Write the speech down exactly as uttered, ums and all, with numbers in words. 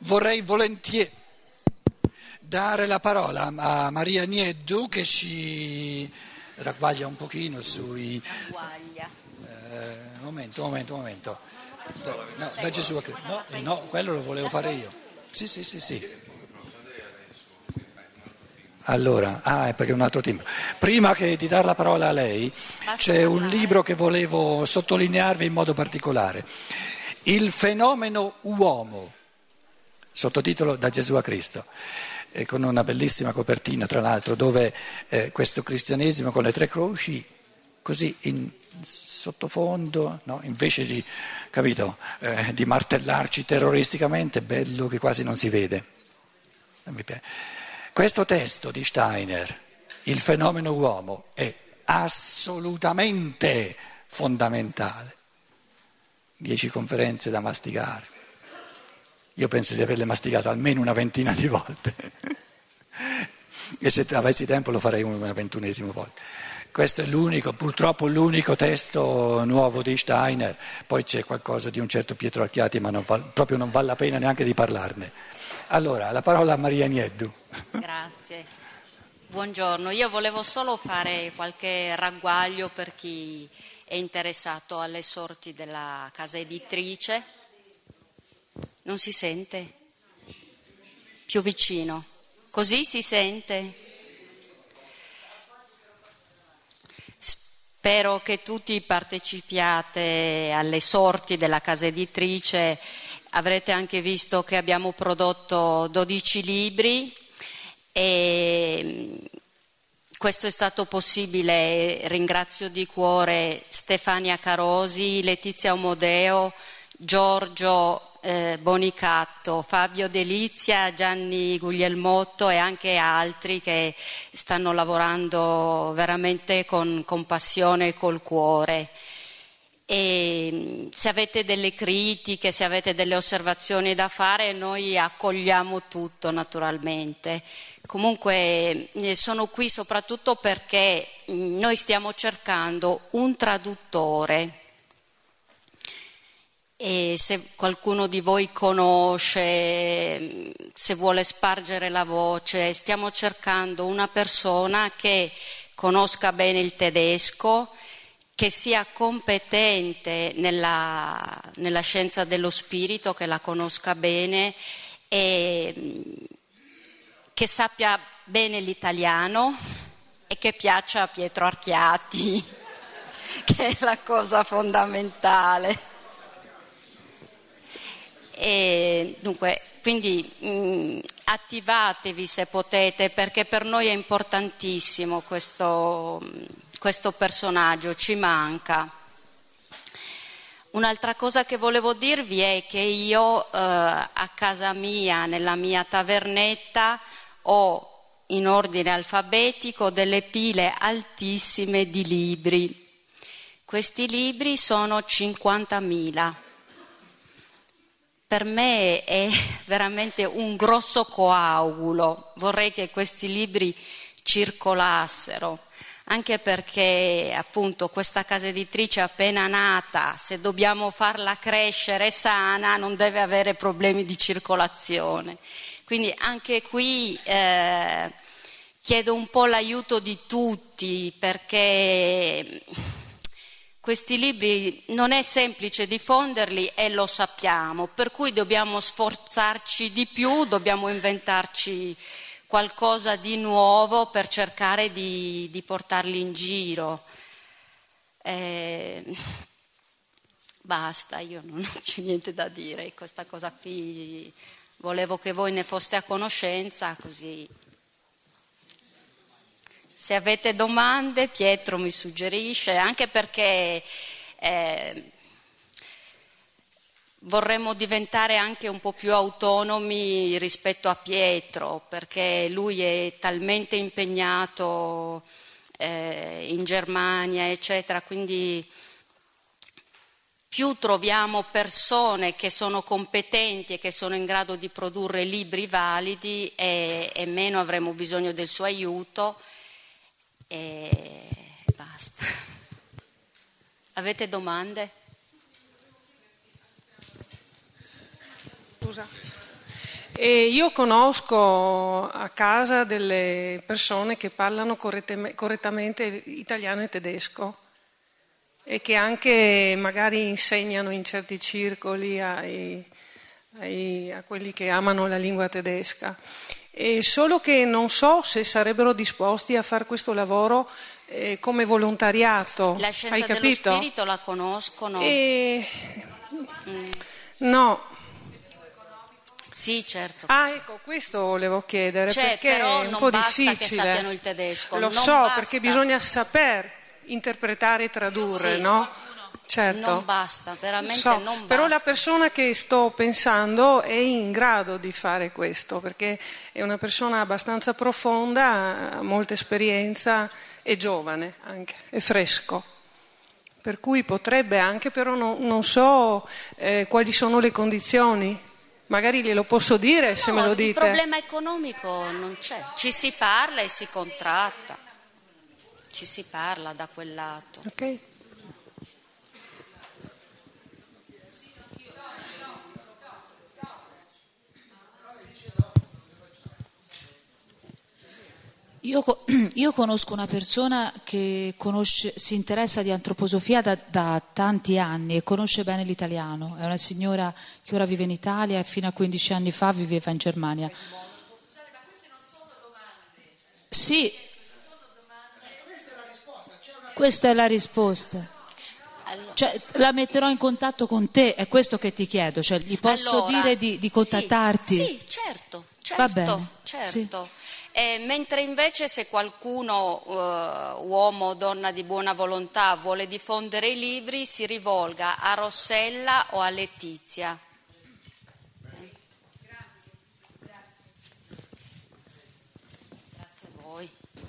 vorrei volentieri dare la parola a Maria Nieddu che ci ragguaglia un pochino sui... Ragguaglia. Eh, un momento, un momento, un momento. Da, no, da Gesù a Cristo. No, no, quello lo volevo fare io. Sì, sì, sì, sì. Allora, ah, è perché è un altro team. Prima che di dar la parola a lei, c'è un libro che volevo sottolinearvi in modo particolare. Il fenomeno uomo, sottotitolo Da Gesù a Cristo, e con una bellissima copertina, tra l'altro, dove eh, questo cristianesimo con le tre croci, così in sottofondo, no? Invece di, capito, eh, di martellarci terroristicamente, bello che quasi non si vede. Non mi piace. Questo testo di Steiner, il fenomeno uomo, è assolutamente fondamentale. Dieci conferenze da masticare. Io penso di averle masticate almeno una ventina di volte. E se avessi tempo lo farei una ventunesima volta. Questo è l'unico, purtroppo l'unico testo nuovo di Steiner. Poi c'è qualcosa di un certo Pietro Archiati, ma non val, proprio non vale la pena neanche di parlarne. Allora, la parola a Maria Nieddu. Grazie. Buongiorno, io volevo solo fare qualche ragguaglio per chi è interessato alle sorti della casa editrice. Non si sente? Più vicino. Così si sente? Spero che tutti partecipiate alle sorti della casa editrice. Avrete anche visto che abbiamo prodotto dodici libri e questo è stato possibile, ringrazio di cuore Stefania Carosi, Letizia Omodeo, Giorgio eh, Bonicatto, Fabio Delizia, Gianni Guglielmotto e anche altri che stanno lavorando veramente con, con passione e col cuore. E se avete delle critiche, se avete delle osservazioni da fare, noi accogliamo tutto naturalmente. Comunque sono qui soprattutto perché noi stiamo cercando un traduttore e se qualcuno di voi conosce, se vuole spargere la voce, stiamo cercando una persona che conosca bene il tedesco, che sia competente nella, nella scienza dello spirito, che la conosca bene e che sappia bene l'italiano e che piaccia a Pietro Archiati, che è la cosa fondamentale. E dunque, quindi mh, attivatevi se potete, perché per noi è importantissimo questo, questo personaggio, ci manca. Un'altra cosa che volevo dirvi è che io eh, a casa mia, nella mia tavernetta, ho in ordine alfabetico delle pile altissime di libri. Questi libri sono cinquantamila. Per me è veramente un grosso coagulo, vorrei che questi libri circolassero, anche perché appunto questa casa editrice appena nata, se dobbiamo farla crescere sana, non deve avere problemi di circolazione. Quindi anche qui eh, chiedo un po' l'aiuto di tutti, perché questi libri non è semplice diffonderli e lo sappiamo, per cui dobbiamo sforzarci di più, dobbiamo inventarci qualcosa di nuovo per cercare di, di portarli in giro. Eh, basta, io non ho più niente da dire, questa cosa qui volevo che voi ne foste a conoscenza, così. Se avete domande, Pietro mi suggerisce, anche perché eh, vorremmo diventare anche un po' più autonomi rispetto a Pietro, perché lui è talmente impegnato eh, in Germania, eccetera, quindi più troviamo persone che sono competenti e che sono in grado di produrre libri validi e, e meno avremo bisogno del suo aiuto. E basta. Avete domande? Scusa. E io conosco a casa delle persone che parlano corrette- correttamente italiano e tedesco e che anche magari insegnano in certi circoli ai, ai, a quelli che amano la lingua tedesca. E solo che non so se sarebbero disposti a fare questo lavoro eh, come volontariato. La Hai scienza dello capito? spirito la conoscono? E... Mm. No. Sì, certo. Ah, ecco, questo volevo chiedere, C'è, perché però è un non po' basta difficile. che sappiano il tedesco. Lo non so, basta. perché bisogna saper interpretare e tradurre, Sì. no? Certo. Non basta, veramente So, non basta. però la persona che sto pensando è in grado di fare questo, perché è una persona abbastanza profonda, ha molta esperienza, è giovane anche, è fresco. Per cui potrebbe anche, però no, non so eh, quali sono le condizioni. Magari glielo posso dire no, se me lo dite. Il problema economico non c'è, ci si parla e si contratta, ci si parla da quel lato. Ok. Io, io conosco una persona che conosce, si interessa di antroposofia da, da tanti anni e conosce bene l'italiano. È una signora che ora vive in Italia e fino a quindici anni fa viveva in Germania. Scusate, ma queste non sono domande. Sì, Sono domande. Questa è la risposta. C'è una... questa è la risposta. Cioè, la metterò in contatto con te, è questo che ti chiedo, cioè, gli posso Allora, dire di, di contattarti? Sì, sì, certo, certo. Va bene, certo. sì. Eh, mentre invece se qualcuno, uh, uomo o donna di buona volontà, vuole diffondere i libri, si rivolga a Rossella o a Letizia. Eh. Grazie. Grazie a voi.